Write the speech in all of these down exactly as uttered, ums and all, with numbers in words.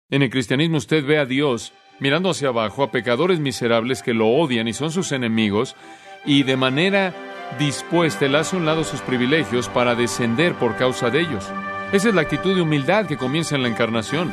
En el cristianismo usted ve a Dios mirando hacia abajo a pecadores miserables que lo odian y son sus enemigos, y de manera dispuesta Él hace a un lado sus privilegios para descender por causa de ellos. Esa es la actitud de humildad que comienza en la encarnación.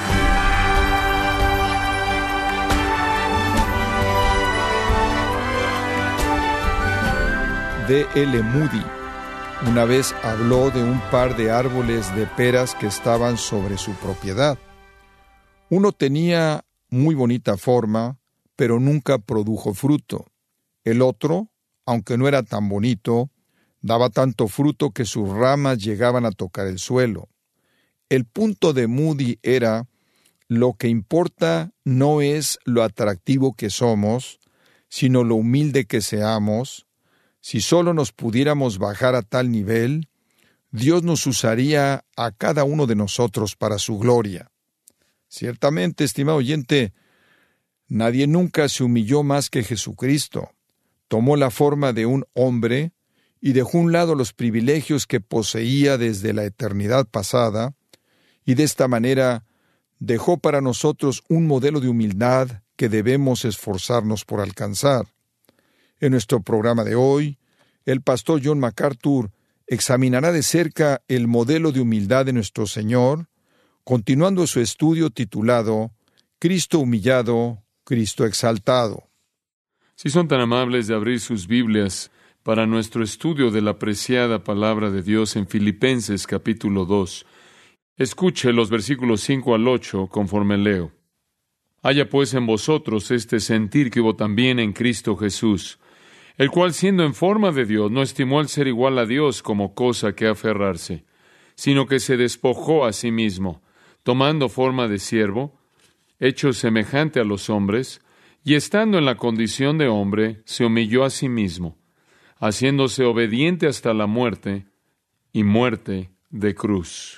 D L Moody una vez habló de un par de árboles de peras que estaban sobre su propiedad. Uno tenía muy bonita forma, pero nunca produjo fruto. El otro, aunque no era tan bonito, daba tanto fruto que sus ramas llegaban a tocar el suelo. El punto de Moody era: lo que importa no es lo atractivo que somos, sino lo humilde que seamos. Si solo nos pudiéramos bajar a tal nivel, Dios nos usaría a cada uno de nosotros para su gloria. Ciertamente, estimado oyente, nadie nunca se humilló más que Jesucristo. Tomó la forma de un hombre y dejó a un lado los privilegios que poseía desde la eternidad pasada, y de esta manera dejó para nosotros un modelo de humildad que debemos esforzarnos por alcanzar. En nuestro programa de hoy, el pastor John MacArthur examinará de cerca el modelo de humildad de nuestro Señor, continuando su estudio titulado Cristo humillado, Cristo exaltado. Si son tan amables de abrir sus Biblias para nuestro estudio de la apreciada palabra de Dios en Filipenses capítulo dos, escuche los versículos cinco al ocho conforme leo. Haya pues en vosotros este sentir que hubo también en Cristo Jesús, el cual siendo en forma de Dios no estimó el ser igual a Dios como cosa que aferrarse, sino que se despojó a sí mismo, tomando forma de siervo, hecho semejante a los hombres, y estando en la condición de hombre, se humilló a sí mismo, haciéndose obediente hasta la muerte, y muerte de cruz.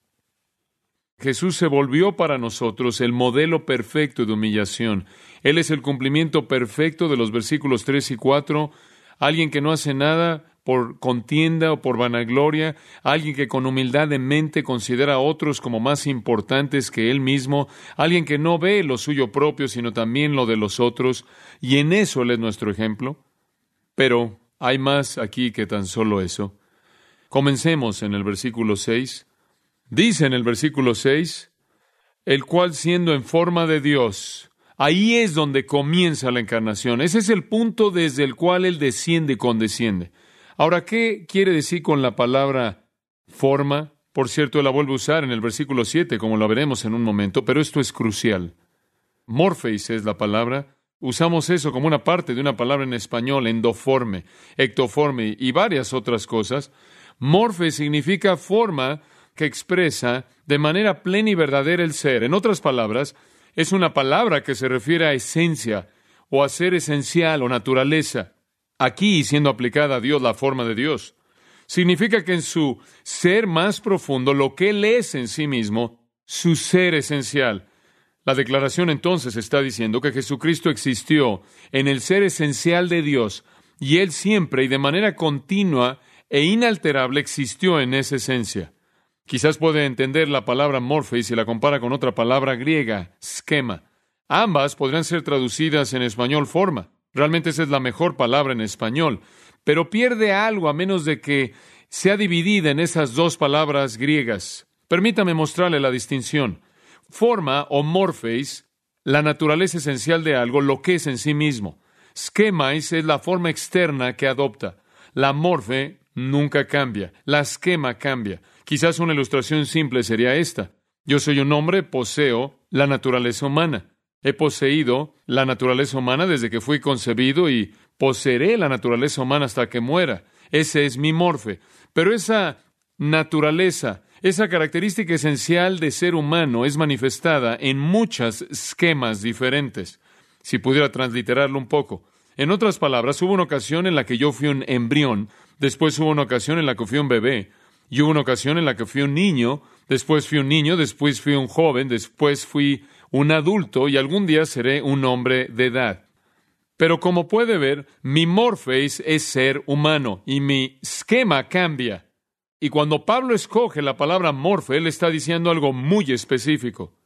Jesús se volvió para nosotros el modelo perfecto de humillación. Él es el cumplimiento perfecto de los versículos tres y cuatro, alguien que no hace nada por contienda o por vanagloria, alguien que con humildad de mente considera a otros como más importantes que él mismo, alguien que no ve lo suyo propio, sino también lo de los otros, y en eso él es nuestro ejemplo. Pero hay más aquí que tan solo eso. Comencemos en el versículo seis. Dice en el versículo seis, el cual siendo en forma de Dios, ahí es donde comienza la encarnación. Ese es el punto desde el cual Él desciende y condesciende. Ahora, ¿qué quiere decir con la palabra forma? Por cierto, Él la vuelve a usar en el versículo siete, como lo veremos en un momento, pero esto es crucial. Morpheis es la palabra. Usamos eso como una parte de una palabra en español, endoforme, ectoforme y varias otras cosas. Morphe significa forma que expresa de manera plena y verdadera el ser. En otras palabras, es una palabra que se refiere a esencia o a ser esencial o naturaleza. Aquí, siendo aplicada a Dios, la forma de Dios, significa que en su ser más profundo, lo que Él es en sí mismo, su ser esencial. La declaración entonces está diciendo que Jesucristo existió en el ser esencial de Dios, y Él siempre y de manera continua e inalterable existió en esa esencia. Quizás puede entender la palabra morphe si la compara con otra palabra griega, schema. Ambas podrían ser traducidas en español forma. Realmente esa es la mejor palabra en español, pero pierde algo a menos de que sea dividida en esas dos palabras griegas. Permítame mostrarle la distinción. Forma o morpheis, la naturaleza esencial de algo, lo que es en sí mismo. Schemais es la forma externa que adopta. La morphe nunca cambia. La schema cambia. Quizás una ilustración simple sería esta. Yo soy un hombre, poseo la naturaleza humana. He poseído la naturaleza humana desde que fui concebido y poseeré la naturaleza humana hasta que muera. Ese es mi morfe. Pero esa naturaleza, esa característica esencial de ser humano es manifestada en muchas esquemas diferentes. Si pudiera transliterarlo un poco. En otras palabras, hubo una ocasión en la que yo fui un embrión, después hubo una ocasión en la que fui un bebé, y hubo una ocasión en la que fui un niño, después fui un niño, después fui un joven, después fui un adulto y algún día seré un hombre de edad. Pero como puede ver, mi morpheis es ser humano y mi esquema cambia. Y cuando Pablo escoge la palabra morfe, él está diciendo algo muy específico.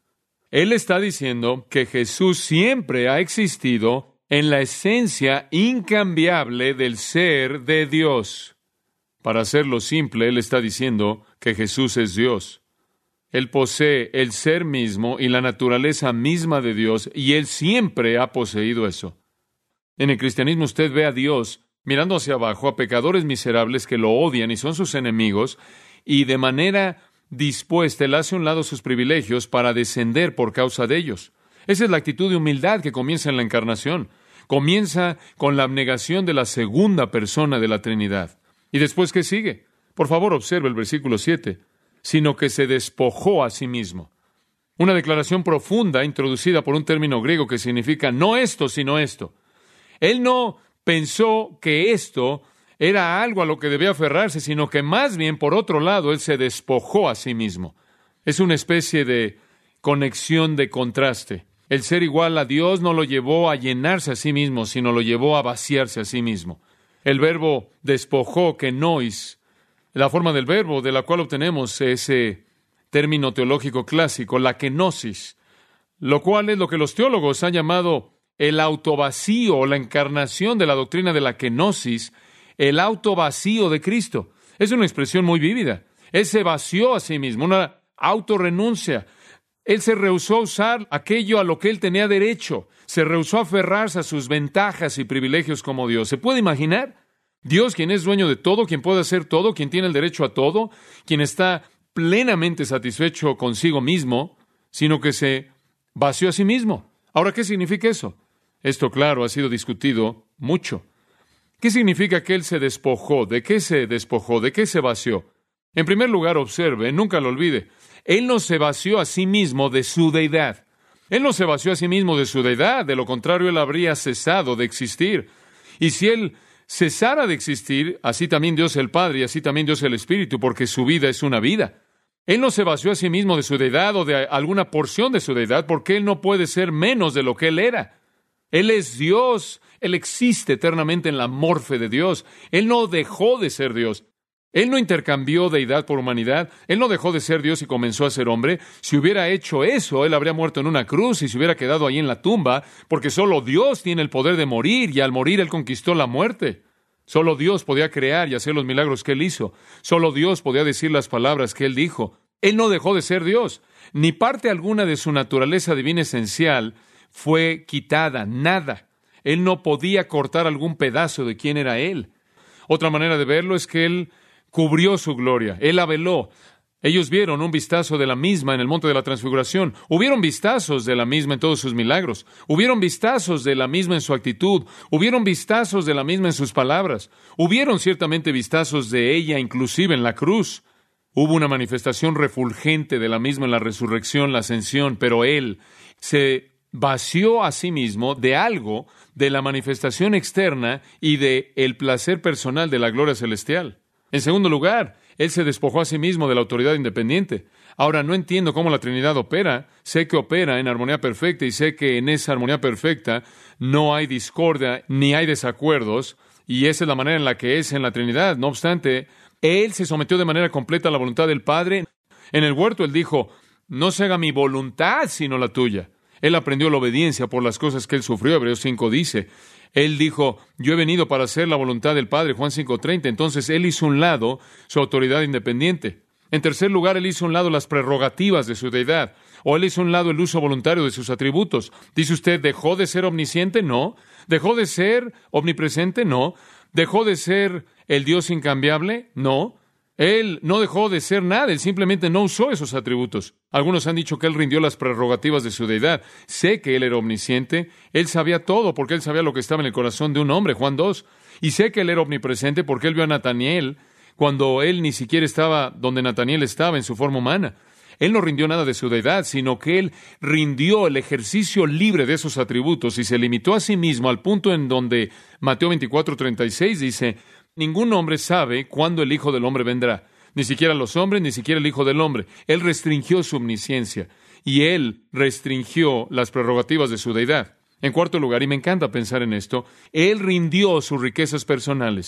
Él está diciendo que Jesús siempre ha existido en la esencia incambiable del ser de Dios. Para hacerlo simple, Él está diciendo que Jesús es Dios. Él posee el ser mismo y la naturaleza misma de Dios, y Él siempre ha poseído eso. En el cristianismo usted ve a Dios mirando hacia abajo a pecadores miserables que lo odian y son sus enemigos, y de manera dispuesta Él hace a un lado sus privilegios para descender por causa de ellos. Esa es la actitud de humildad que comienza en la encarnación. Comienza con la abnegación de la segunda persona de la Trinidad. ¿Y después qué sigue? Por favor, observe el versículo siete. Sino que se despojó a sí mismo. Una declaración profunda introducida por un término griego que significa no esto, sino esto. Él no pensó que esto era algo a lo que debía aferrarse, sino que más bien, por otro lado, Él se despojó a sí mismo. Es una especie de conexión de contraste. El ser igual a Dios no lo llevó a llenarse a sí mismo, sino lo llevó a vaciarse a sí mismo. El verbo despojó, kenois, la forma del verbo de la cual obtenemos ese término teológico clásico, la kenosis, lo cual es lo que los teólogos han llamado el autovacío o la encarnación de la doctrina de la kenosis, el autovacío de Cristo. Es una expresión muy vívida. Él se vació a sí mismo, una autorrenuncia. Él se rehusó a usar aquello a lo que él tenía derecho. Se rehusó a aferrarse a sus ventajas y privilegios como Dios. ¿Se puede imaginar? Dios, quien es dueño de todo, quien puede hacer todo, quien tiene el derecho a todo, quien está plenamente satisfecho consigo mismo, sino que se vació a sí mismo. Ahora, ¿qué significa eso? Esto, claro, ha sido discutido mucho. ¿Qué significa que Él se despojó? ¿De qué se despojó? ¿De qué se vació? En primer lugar, observe, nunca lo olvide, Él no se vació a sí mismo de su deidad. Él no se vació a sí mismo de su deidad, de lo contrario, Él habría cesado de existir. Y si Él cesara de existir, así también Dios el Padre y así también Dios el Espíritu, porque su vida es una vida. Él no se vació a sí mismo de su deidad o de alguna porción de su deidad, porque Él no puede ser menos de lo que Él era. Él es Dios, Él existe eternamente en la morfe de Dios. Él no dejó de ser Dios. Él no intercambió deidad por humanidad. Él no dejó de ser Dios y comenzó a ser hombre. Si hubiera hecho eso, Él habría muerto en una cruz y se hubiera quedado ahí en la tumba, porque solo Dios tiene el poder de morir, y al morir Él conquistó la muerte. Solo Dios podía crear y hacer los milagros que Él hizo. Solo Dios podía decir las palabras que Él dijo. Él no dejó de ser Dios. Ni parte alguna de su naturaleza divina esencial fue quitada, nada. Él no podía cortar algún pedazo de quién era Él. Otra manera de verlo es que Él cubrió su gloria, Él la veló. Ellos vieron un vistazo de la misma en el monte de la transfiguración. Hubieron vistazos de la misma en todos sus milagros. Hubieron vistazos de la misma en su actitud. Hubieron vistazos de la misma en sus palabras. Hubieron ciertamente vistazos de ella inclusive en la cruz. Hubo una manifestación refulgente de la misma en la resurrección, la ascensión, pero Él se vació a sí mismo de algo, de la manifestación externa y de el placer personal de la gloria celestial. En segundo lugar, Él se despojó a sí mismo de la autoridad independiente. Ahora, no entiendo cómo la Trinidad opera. Sé que opera en armonía perfecta y sé que en esa armonía perfecta no hay discordia ni hay desacuerdos, y esa es la manera en la que es en la Trinidad. No obstante, Él se sometió de manera completa a la voluntad del Padre. En el huerto Él dijo, no se haga mi voluntad sino la tuya. Él aprendió la obediencia por las cosas que Él sufrió. Hebreos cinco dice, Él dijo, yo he venido para hacer la voluntad del Padre, Juan cinco treinta. Entonces, Él hizo a un lado su autoridad independiente. En tercer lugar, Él hizo a un lado las prerrogativas de su deidad, o Él hizo a un lado el uso voluntario de sus atributos. Dice usted, ¿dejó de ser omnisciente? No. ¿Dejó de ser omnipresente? No. ¿Dejó de ser el Dios incambiable? No. Él no dejó de ser nada, Él simplemente no usó esos atributos. Algunos han dicho que Él rindió las prerrogativas de su deidad. Sé que Él era omnisciente, Él sabía todo porque Él sabía lo que estaba en el corazón de un hombre, Juan dos. Y sé que Él era omnipresente porque Él vio a Nataniel cuando Él ni siquiera estaba donde Nataniel estaba en su forma humana. Él no rindió nada de su deidad, sino que Él rindió el ejercicio libre de esos atributos y se limitó a sí mismo al punto en donde Mateo veinticuatro treinta y seis dice, ningún hombre sabe cuándo el Hijo del Hombre vendrá, ni siquiera los hombres, ni siquiera el Hijo del Hombre. Él restringió su omnisciencia y Él restringió las prerrogativas de su deidad. En cuarto lugar, y me encanta pensar en esto, Él rindió sus riquezas personales.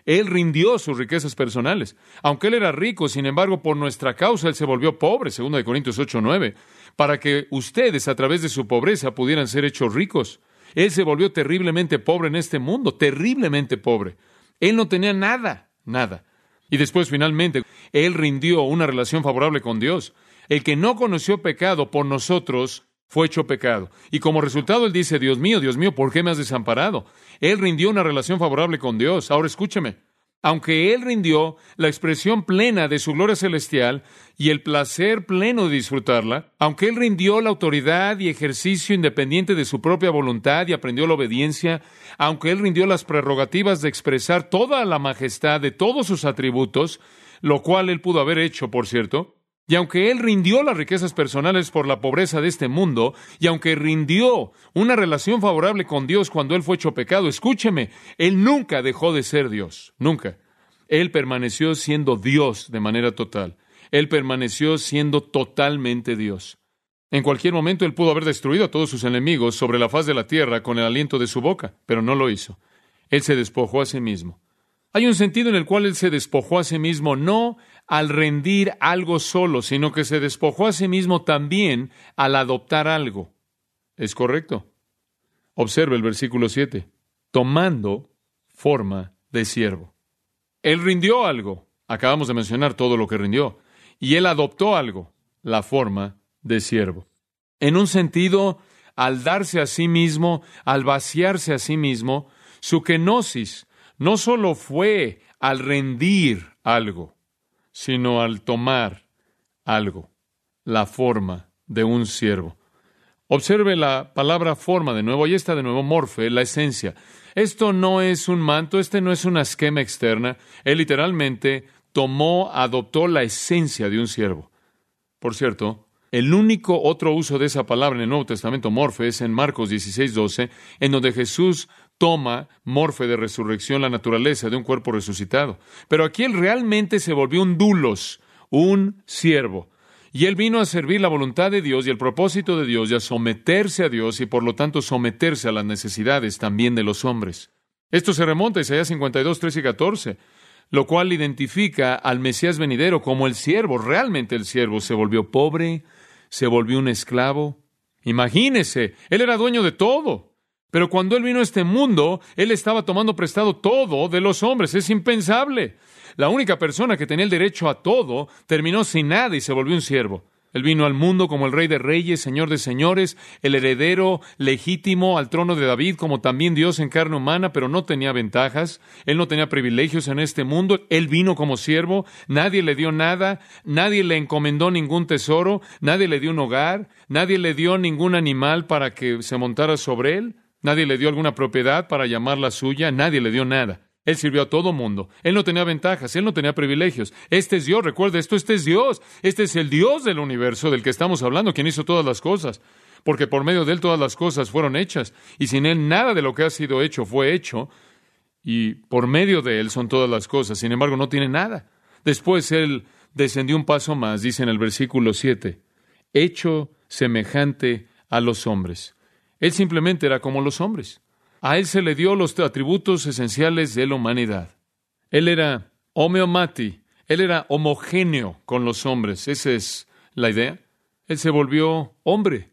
Él rindió sus riquezas personales. Aunque Él era rico, sin embargo, por nuestra causa Él se volvió pobre, segunda de Corintios ocho nueve, para que ustedes, a través de su pobreza, pudieran ser hechos ricos. Él se volvió terriblemente pobre en este mundo, terriblemente pobre. Él no tenía nada, nada. Y después, finalmente, Él rindió una relación favorable con Dios. El que no conoció pecado por nosotros fue hecho pecado. Y como resultado Él dice, Dios mío, Dios mío, ¿por qué me has desamparado? Él rindió una relación favorable con Dios. Ahora escúcheme. Aunque Él rindió la expresión plena de su gloria celestial y el placer pleno de disfrutarla, aunque Él rindió la autoridad y ejercicio independiente de su propia voluntad y aprendió la obediencia, aunque Él rindió las prerrogativas de expresar toda la majestad de todos sus atributos, lo cual Él pudo haber hecho, por cierto, y aunque Él rindió las riquezas personales por la pobreza de este mundo, y aunque rindió una relación favorable con Dios cuando Él fue hecho pecado, escúcheme, Él nunca dejó de ser Dios, nunca. Él permaneció siendo Dios de manera total. Él permaneció siendo totalmente Dios. En cualquier momento Él pudo haber destruido a todos sus enemigos sobre la faz de la tierra con el aliento de su boca, pero no lo hizo. Él se despojó a sí mismo. Hay un sentido en el cual Él se despojó a sí mismo, no al rendir algo solo, sino que se despojó a sí mismo también al adoptar algo. ¿Es correcto? Observe el versículo siete. Tomando forma de siervo. Él rindió algo. Acabamos de mencionar todo lo que rindió. Y Él adoptó algo, la forma de siervo. En un sentido, al darse a sí mismo, al vaciarse a sí mismo, su kenosis no solo fue al rendir algo, sino al tomar algo, la forma de un siervo. Observe la palabra forma de nuevo, ahí está de nuevo, morfe, la esencia. Esto no es un manto, este no es una esquema externa. Él literalmente tomó, adoptó la esencia de un siervo. Por cierto, el único otro uso de esa palabra en el Nuevo Testamento, morfe, es en Marcos dieciséis doce, en donde Jesús toma, morfe de resurrección, la naturaleza de un cuerpo resucitado. Pero aquí Él realmente se volvió un doulos, un siervo. Y Él vino a servir la voluntad de Dios y el propósito de Dios y a someterse a Dios y por lo tanto someterse a las necesidades también de los hombres. Esto se remonta a Isaías cincuenta y dos, trece y catorce, lo cual identifica al Mesías venidero como el siervo. Realmente el siervo se volvió pobre, se volvió un esclavo. Imagínese, Él era dueño de todo. Pero cuando Él vino a este mundo, Él estaba tomando prestado todo de los hombres. Es impensable. La única persona que tenía el derecho a todo terminó sin nada y se volvió un siervo. Él vino al mundo como el Rey de Reyes, Señor de Señores, el heredero legítimo al trono de David, como también Dios en carne humana, pero no tenía ventajas. Él no tenía privilegios en este mundo. Él vino como siervo. Nadie le dio nada. Nadie le encomendó ningún tesoro. Nadie le dio un hogar. Nadie le dio ningún animal para que se montara sobre él. Nadie le dio alguna propiedad para llamarla suya. Nadie le dio nada. Él sirvió a todo mundo. Él no tenía ventajas. Él no tenía privilegios. Este es Dios. Recuerde esto. Este es Dios. Este es el Dios del universo del que estamos hablando, quien hizo todas las cosas. Porque por medio de Él todas las cosas fueron hechas. Y sin Él nada de lo que ha sido hecho fue hecho. Y por medio de Él son todas las cosas. Sin embargo, no tiene nada. Después Él descendió un paso más, dice en el versículo siete. Hecho semejante a los hombres. Él simplemente era como los hombres. A Él se le dio los atributos esenciales de la humanidad. Él era homeomati, Él era homogéneo con los hombres. Esa es la idea. Él se volvió hombre,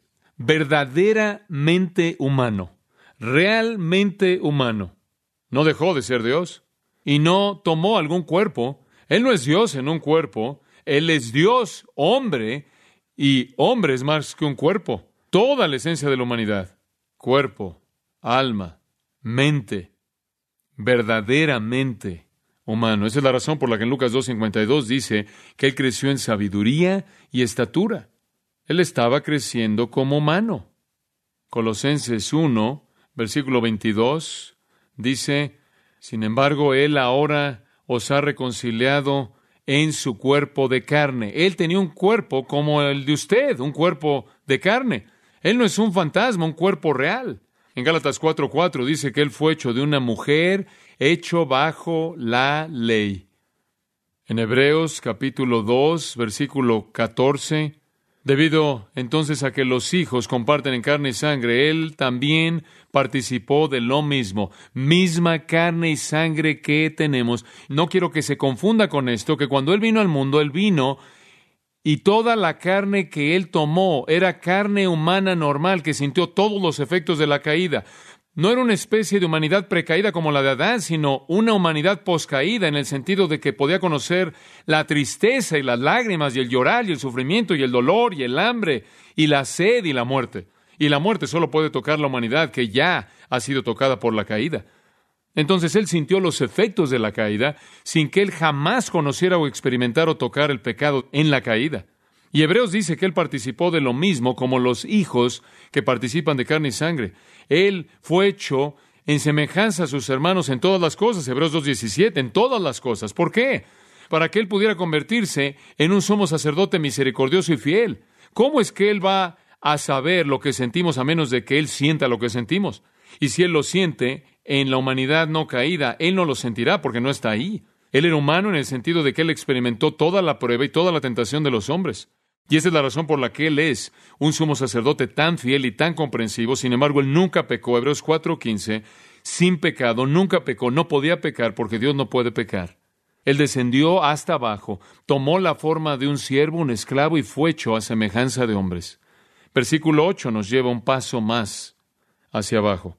verdaderamente humano, realmente humano. No dejó de ser Dios y no tomó algún cuerpo. Él no es Dios en un cuerpo. Él es Dios, hombre, y hombre es más que un cuerpo. Toda la esencia de la humanidad, cuerpo, alma, mente, verdaderamente humano. Esa es la razón por la que en Lucas dos cincuenta y dos dice que Él creció en sabiduría y estatura. Él estaba creciendo como humano. Colosenses uno, versículo veintidós, dice, sin embargo, Él ahora os ha reconciliado en su cuerpo de carne. Él tenía un cuerpo como el de usted, un cuerpo de carne. Él no es un fantasma, un cuerpo real. En Gálatas cuatro cuatro dice que Él fue hecho de una mujer, hecho bajo la ley. En Hebreos capítulo dos, versículo catorce, Debido entonces a que los hijos comparten en carne y sangre, Él también participó de lo mismo, misma carne y sangre que tenemos. No quiero que se confunda con esto, que cuando Él vino al mundo, Él vino y toda la carne que Él tomó era carne humana normal que sintió todos los efectos de la caída. No era una especie de humanidad precaída como la de Adán, sino una humanidad poscaída en el sentido de que podía conocer la tristeza y las lágrimas y el llorar y el sufrimiento y el dolor y el hambre y la sed y la muerte. Y la muerte solo puede tocar la humanidad que ya ha sido tocada por la caída. Entonces Él sintió los efectos de la caída sin que Él jamás conociera o experimentara o tocara el pecado en la caída. Y Hebreos dice que Él participó de lo mismo como los hijos que participan de carne y sangre. Él fue hecho en semejanza a sus hermanos en todas las cosas, Hebreos dos diecisiete, en todas las cosas. ¿Por qué? Para que Él pudiera convertirse en un sumo sacerdote misericordioso y fiel. ¿Cómo es que Él va a saber lo que sentimos a menos de que Él sienta lo que sentimos? Y si Él lo siente en la humanidad no caída, Él no lo sentirá porque no está ahí. Él era humano en el sentido de que Él experimentó toda la prueba y toda la tentación de los hombres. Y esa es la razón por la que Él es un sumo sacerdote tan fiel y tan comprensivo. Sin embargo, Él nunca pecó. Hebreos cuatro quince, sin pecado, nunca pecó. No podía pecar porque Dios no puede pecar. Él descendió hasta abajo, tomó la forma de un siervo, un esclavo, y fue hecho a semejanza de hombres. Versículo ocho nos lleva un paso más hacia abajo.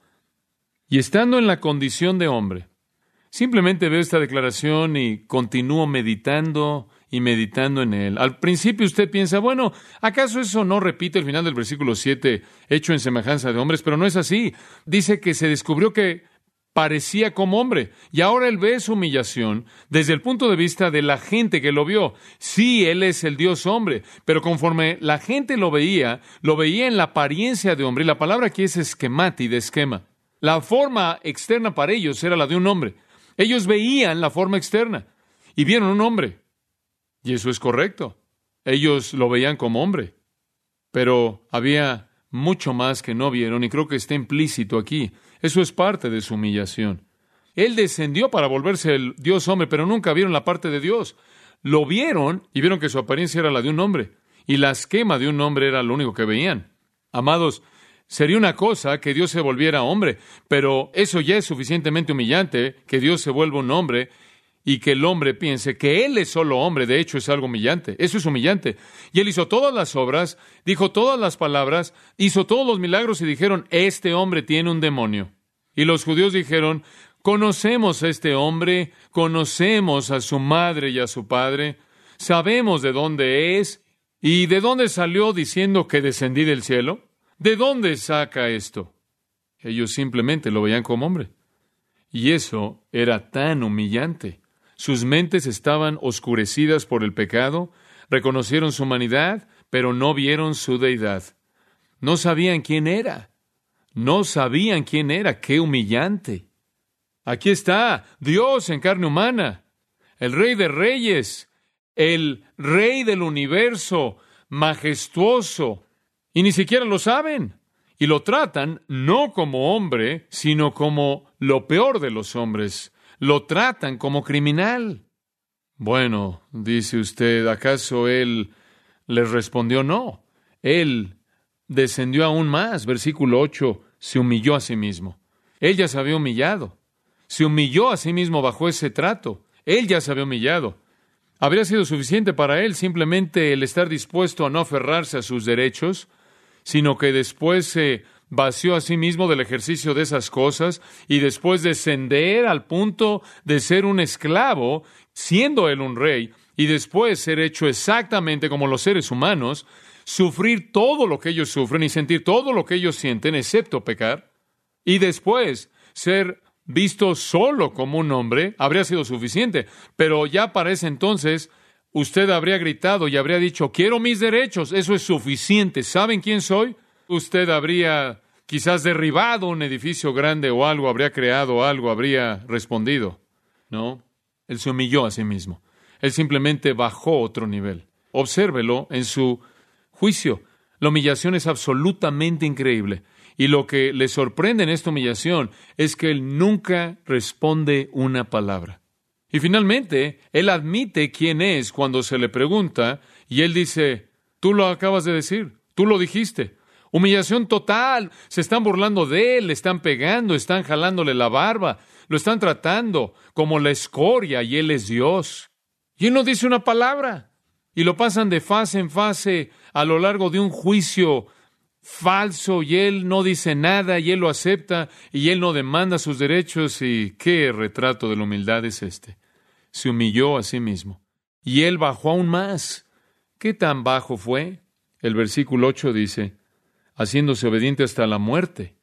Y estando en la condición de hombre, simplemente veo esta declaración y continúo meditando y meditando en él. Al principio usted piensa, bueno, ¿acaso eso no repite el final del versículo siete, hecho en semejanza de hombres? Pero no es así. Dice que se descubrió que parecía como hombre, y ahora Él ve su humillación desde el punto de vista de la gente que lo vio. Sí, Él es el Dios hombre, pero conforme la gente lo veía, lo veía en la apariencia de hombre, y la palabra aquí es esquemati, de esquema. La forma externa para ellos era la de un hombre. Ellos veían la forma externa y vieron un hombre. Y eso es correcto. Ellos lo veían como hombre. Pero había mucho más que no vieron y creo que está implícito aquí. Eso es parte de su humillación. Él descendió para volverse el Dios hombre, pero nunca vieron la parte de Dios. Lo vieron y vieron que su apariencia era la de un hombre. Y la esquema de un hombre era lo único que veían. Amados, sería una cosa que Dios se volviera hombre, pero eso ya es suficientemente humillante, que Dios se vuelva un hombre y que el hombre piense que Él es solo hombre. De hecho, es algo humillante. Eso es humillante. Y Él hizo todas las obras, dijo todas las palabras, hizo todos los milagros y dijeron, este hombre tiene un demonio. Y los judíos dijeron, conocemos a este hombre, conocemos a su madre y a su padre, sabemos de dónde es y de dónde salió diciendo que descendí del cielo. ¿De dónde saca esto? Ellos simplemente lo veían como hombre. Y eso era tan humillante. Sus mentes estaban oscurecidas por el pecado, reconocieron su humanidad, pero no vieron su deidad. No sabían quién era. No sabían quién era. ¡Qué humillante! Aquí está, Dios en carne humana, el Rey de Reyes, el Rey del universo, majestuoso, y ni siquiera lo saben. Y lo tratan no como hombre, sino como lo peor de los hombres. Lo tratan como criminal. Bueno, dice usted, ¿acaso Él les respondió? No. Él descendió aún más. Versículo ocho, se humilló a sí mismo. Él ya se había humillado. Se humilló a sí mismo bajo ese trato. Él ya se había humillado. Habría sido suficiente para Él simplemente el estar dispuesto a no aferrarse a sus derechos, sino que después se vació a sí mismo del ejercicio de esas cosas y después descender al punto de ser un esclavo, siendo Él un rey, y después ser hecho exactamente como los seres humanos, sufrir todo lo que ellos sufren y sentir todo lo que ellos sienten, excepto pecar, y después ser visto solo como un hombre, habría sido suficiente. Pero ya para ese entonces, usted habría gritado y habría dicho, quiero mis derechos, eso es suficiente. ¿Saben quién soy? Usted habría quizás derribado un edificio grande o algo, habría creado algo, habría respondido. No, Él se humilló a sí mismo. Él simplemente bajó otro nivel. Obsérvelo en su juicio. La humillación es absolutamente increíble. Y lo que le sorprende en esta humillación es que Él nunca responde una palabra. Y finalmente, Él admite quién es cuando se le pregunta, y Él dice, Tú lo acabas de decir. Tú lo dijiste. Humillación total. Se están burlando de él, le están pegando, están jalándole la barba, lo están tratando como la escoria y él es Dios. Y él no dice una palabra. Y lo pasan de fase en fase a lo largo de un juicio falso y él no dice nada y él lo acepta y él no demanda sus derechos. Y qué retrato de la humildad es este. Se humilló a sí mismo. Y él bajó aún más. ¿Qué tan bajo fue? El versículo ocho dice, haciéndose obediente hasta la muerte.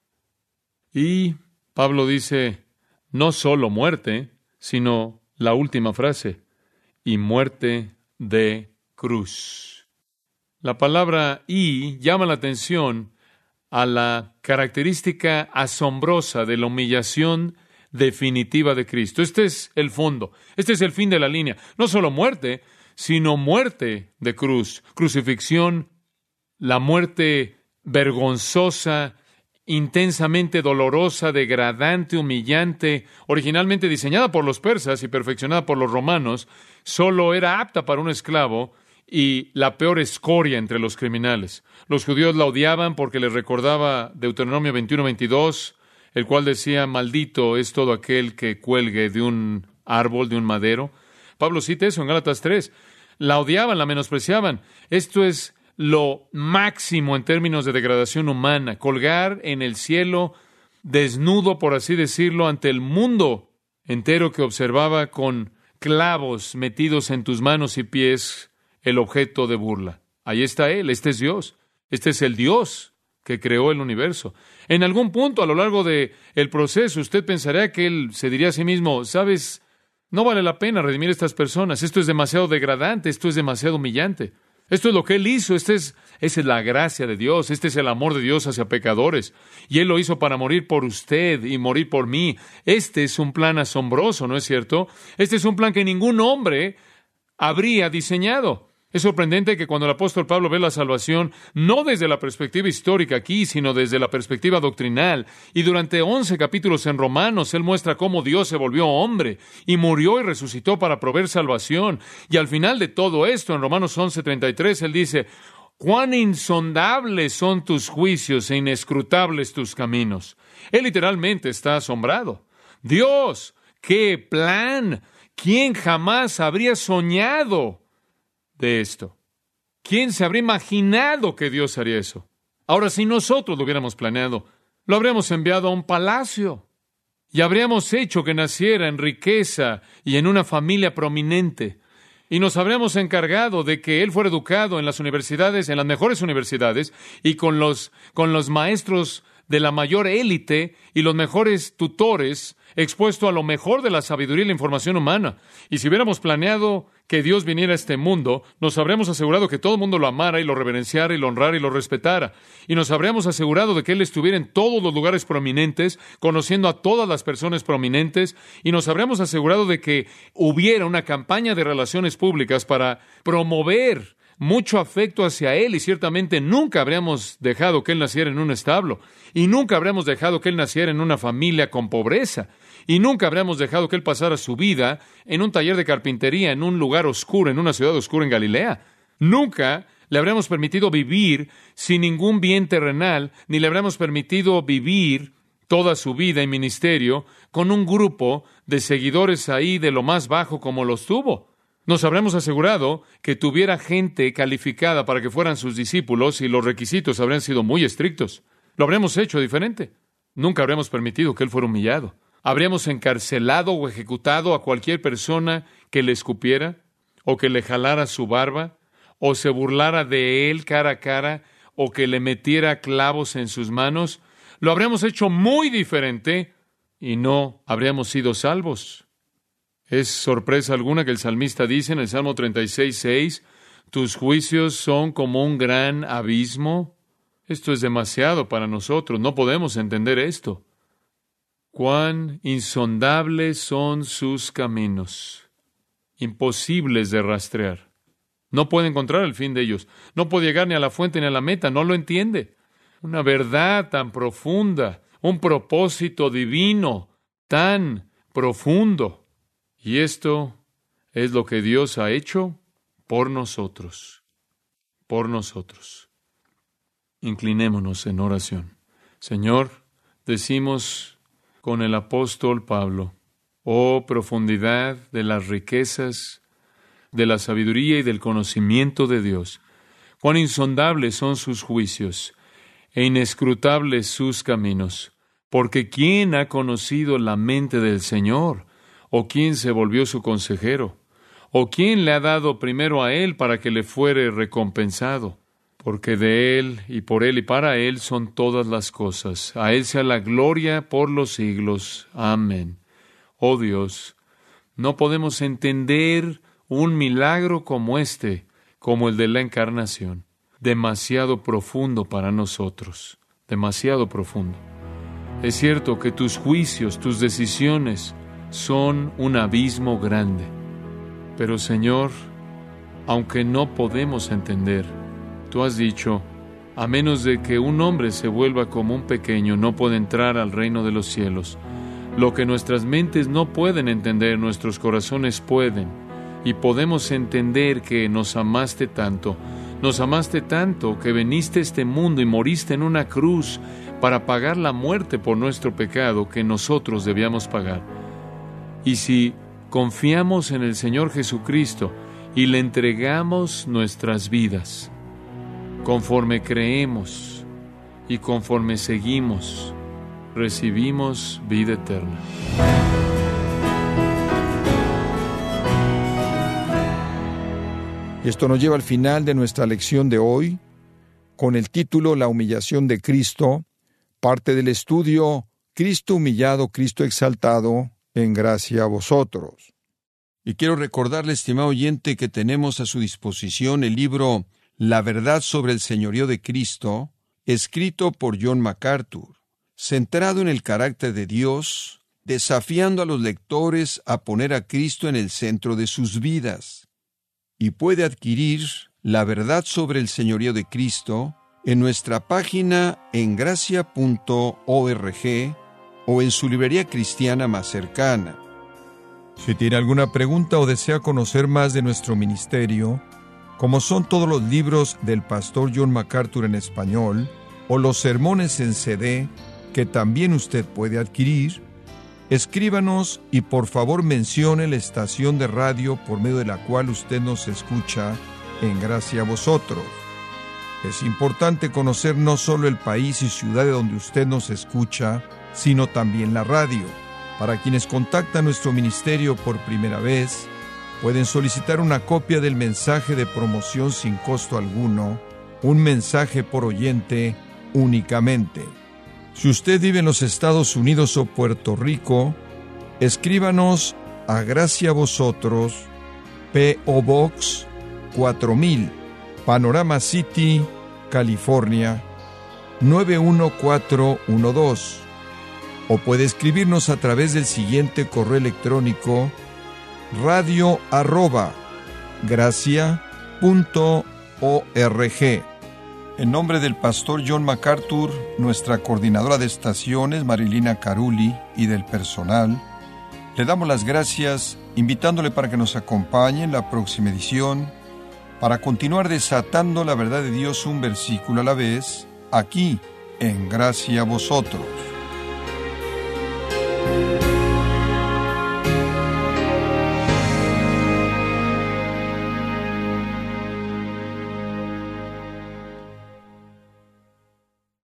Y Pablo dice, no solo muerte, sino la última frase, y muerte de cruz. La palabra y llama la atención a la característica asombrosa de la humillación definitiva de Cristo. Este es el fondo, este es el fin de la línea. No solo muerte, sino muerte de cruz, crucifixión, la muerte vergonzosa, intensamente dolorosa, degradante, humillante, originalmente diseñada por los persas y perfeccionada por los romanos, solo era apta para un esclavo y la peor escoria entre los criminales. Los judíos la odiaban porque les recordaba Deuteronomio veintiuno veintidós, el cual decía, maldito es todo aquel que cuelgue de un árbol, de un madero. Pablo cita eso en Gálatas tres. La odiaban, la menospreciaban. Esto es lo máximo en términos de degradación humana, colgar en el cielo, desnudo, por así decirlo, ante el mundo entero que observaba con clavos metidos en tus manos y pies, el objeto de burla. Ahí está Él, este es Dios, este es el Dios que creó el universo. En algún punto a lo largo del proceso, usted pensaría que Él se diría a sí mismo, ¿sabes? No vale la pena redimir a estas personas, esto es demasiado degradante, esto es demasiado humillante. Esto es lo que Él hizo, este es, esa es la gracia de Dios, este es el amor de Dios hacia pecadores. Y Él lo hizo para morir por usted y morir por mí. Este es un plan asombroso, ¿no es cierto? Este es un plan que ningún hombre habría diseñado. Es sorprendente que cuando el apóstol Pablo ve la salvación, no desde la perspectiva histórica aquí, sino desde la perspectiva doctrinal, y durante once capítulos en Romanos, él muestra cómo Dios se volvió hombre, y murió y resucitó para proveer salvación. Y al final de todo esto, en Romanos once treinta y tres, él dice, cuán insondables son tus juicios e inescrutables tus caminos. Él literalmente está asombrado. Dios, ¡qué plan! ¿Quién jamás habría soñado de esto? ¿Quién se habría imaginado que Dios haría eso? Ahora, si nosotros lo hubiéramos planeado, lo habríamos enviado a un palacio y habríamos hecho que naciera en riqueza y en una familia prominente y nos habríamos encargado de que él fuera educado en las universidades, en las mejores universidades y con los, con los maestros de la mayor élite y los mejores tutores, expuesto a lo mejor de la sabiduría y la información humana. Y si hubiéramos planeado que Dios viniera a este mundo, nos habríamos asegurado que todo el mundo lo amara y lo reverenciara y lo honrara y lo respetara. Y nos habríamos asegurado de que Él estuviera en todos los lugares prominentes, conociendo a todas las personas prominentes, y nos habríamos asegurado de que hubiera una campaña de relaciones públicas para promover mucho afecto hacia Él, y ciertamente nunca habríamos dejado que Él naciera en un establo, y nunca habríamos dejado que Él naciera en una familia con pobreza, y nunca habríamos dejado que Él pasara su vida en un taller de carpintería, en un lugar oscuro, en una ciudad oscura en Galilea. Nunca le habríamos permitido vivir sin ningún bien terrenal, ni le habríamos permitido vivir toda su vida y ministerio con un grupo de seguidores ahí de lo más bajo como los tuvo. Nos habremos asegurado que tuviera gente calificada para que fueran sus discípulos y los requisitos habrían sido muy estrictos. Lo habríamos hecho diferente. Nunca habríamos permitido que Él fuera humillado. Habríamos encarcelado o ejecutado a cualquier persona que le escupiera o que le jalara su barba o se burlara de Él cara a cara o que le metiera clavos en sus manos. Lo habríamos hecho muy diferente y no habríamos sido salvos. Es sorpresa alguna que el salmista dice en el Salmo treinta y seis, seis, tus juicios son como un gran abismo. Esto es demasiado para nosotros, no podemos entender esto. Cuán insondables son sus caminos, imposibles de rastrear. No puede encontrar el fin de ellos, no puede llegar ni a la fuente ni a la meta, no lo entiende. Una verdad tan profunda, un propósito divino tan profundo. Y esto es lo que Dios ha hecho por nosotros. por nosotros. Inclinémonos en oración. Señor, decimos con el apóstol Pablo, oh profundidad de las riquezas, de la sabiduría y del conocimiento de Dios, cuán insondables son sus juicios e inescrutables sus caminos, porque ¿quién ha conocido la mente del Señor? ¿O quién se volvió su consejero? ¿O quién le ha dado primero a Él para que le fuere recompensado? Porque de Él, y por Él, y para Él son todas las cosas. A Él sea la gloria por los siglos. Amén. Oh Dios, no podemos entender un milagro como este, como el de la encarnación. Demasiado profundo para nosotros. Demasiado profundo. Es cierto que tus juicios, tus decisiones, son un abismo grande. Pero Señor, aunque no podemos entender, tú has dicho, a menos de que un hombre se vuelva como un pequeño, no puede entrar al reino de los cielos. Lo que nuestras mentes no pueden entender, nuestros corazones pueden. Y podemos entender que nos amaste tanto, nos amaste tanto que viniste a este mundo y moriste en una cruz para pagar la muerte por nuestro pecado que nosotros debíamos pagar. Y si confiamos en el Señor Jesucristo y le entregamos nuestras vidas, conforme creemos y conforme seguimos, recibimos vida eterna. Y esto nos lleva al final de nuestra lección de hoy, con el título La humillación de Cristo, parte del estudio Cristo humillado, Cristo exaltado, en gracia a vosotros. Y quiero recordarle, estimado oyente, que tenemos a su disposición el libro La verdad sobre el señorío de Cristo, escrito por John MacArthur, centrado en el carácter de Dios, desafiando a los lectores a poner a Cristo en el centro de sus vidas. Y puede adquirir La verdad sobre el señorío de Cristo en nuestra página en gracia punto org o en su librería cristiana más cercana. Si tiene alguna pregunta o desea conocer más de nuestro ministerio, como son todos los libros del pastor John MacArthur en español, o los sermones en C D, que también usted puede adquirir, escríbanos y por favor mencione la estación de radio por medio de la cual usted nos escucha en gracia a vosotros. Es importante conocer no solo el país y ciudad de donde usted nos escucha, sino también la radio. Para quienes contactan nuestro ministerio por primera vez, pueden solicitar una copia del mensaje de promoción sin costo alguno, un mensaje por oyente únicamente. Si usted vive en los Estados Unidos o Puerto Rico, escríbanos a Gracia a Vosotros, P O Box cuatro mil, Panorama City, California, nueve uno cuatro uno dos. O puede escribirnos a través del siguiente correo electrónico: radio arroba gracia punto org. En nombre del pastor John MacArthur, nuestra coordinadora de estaciones, Marilina Carulli, y del personal, le damos las gracias, invitándole para que nos acompañe en la próxima edición, para continuar desatando la verdad de Dios un versículo a la vez, aquí, en Gracia a Vosotros.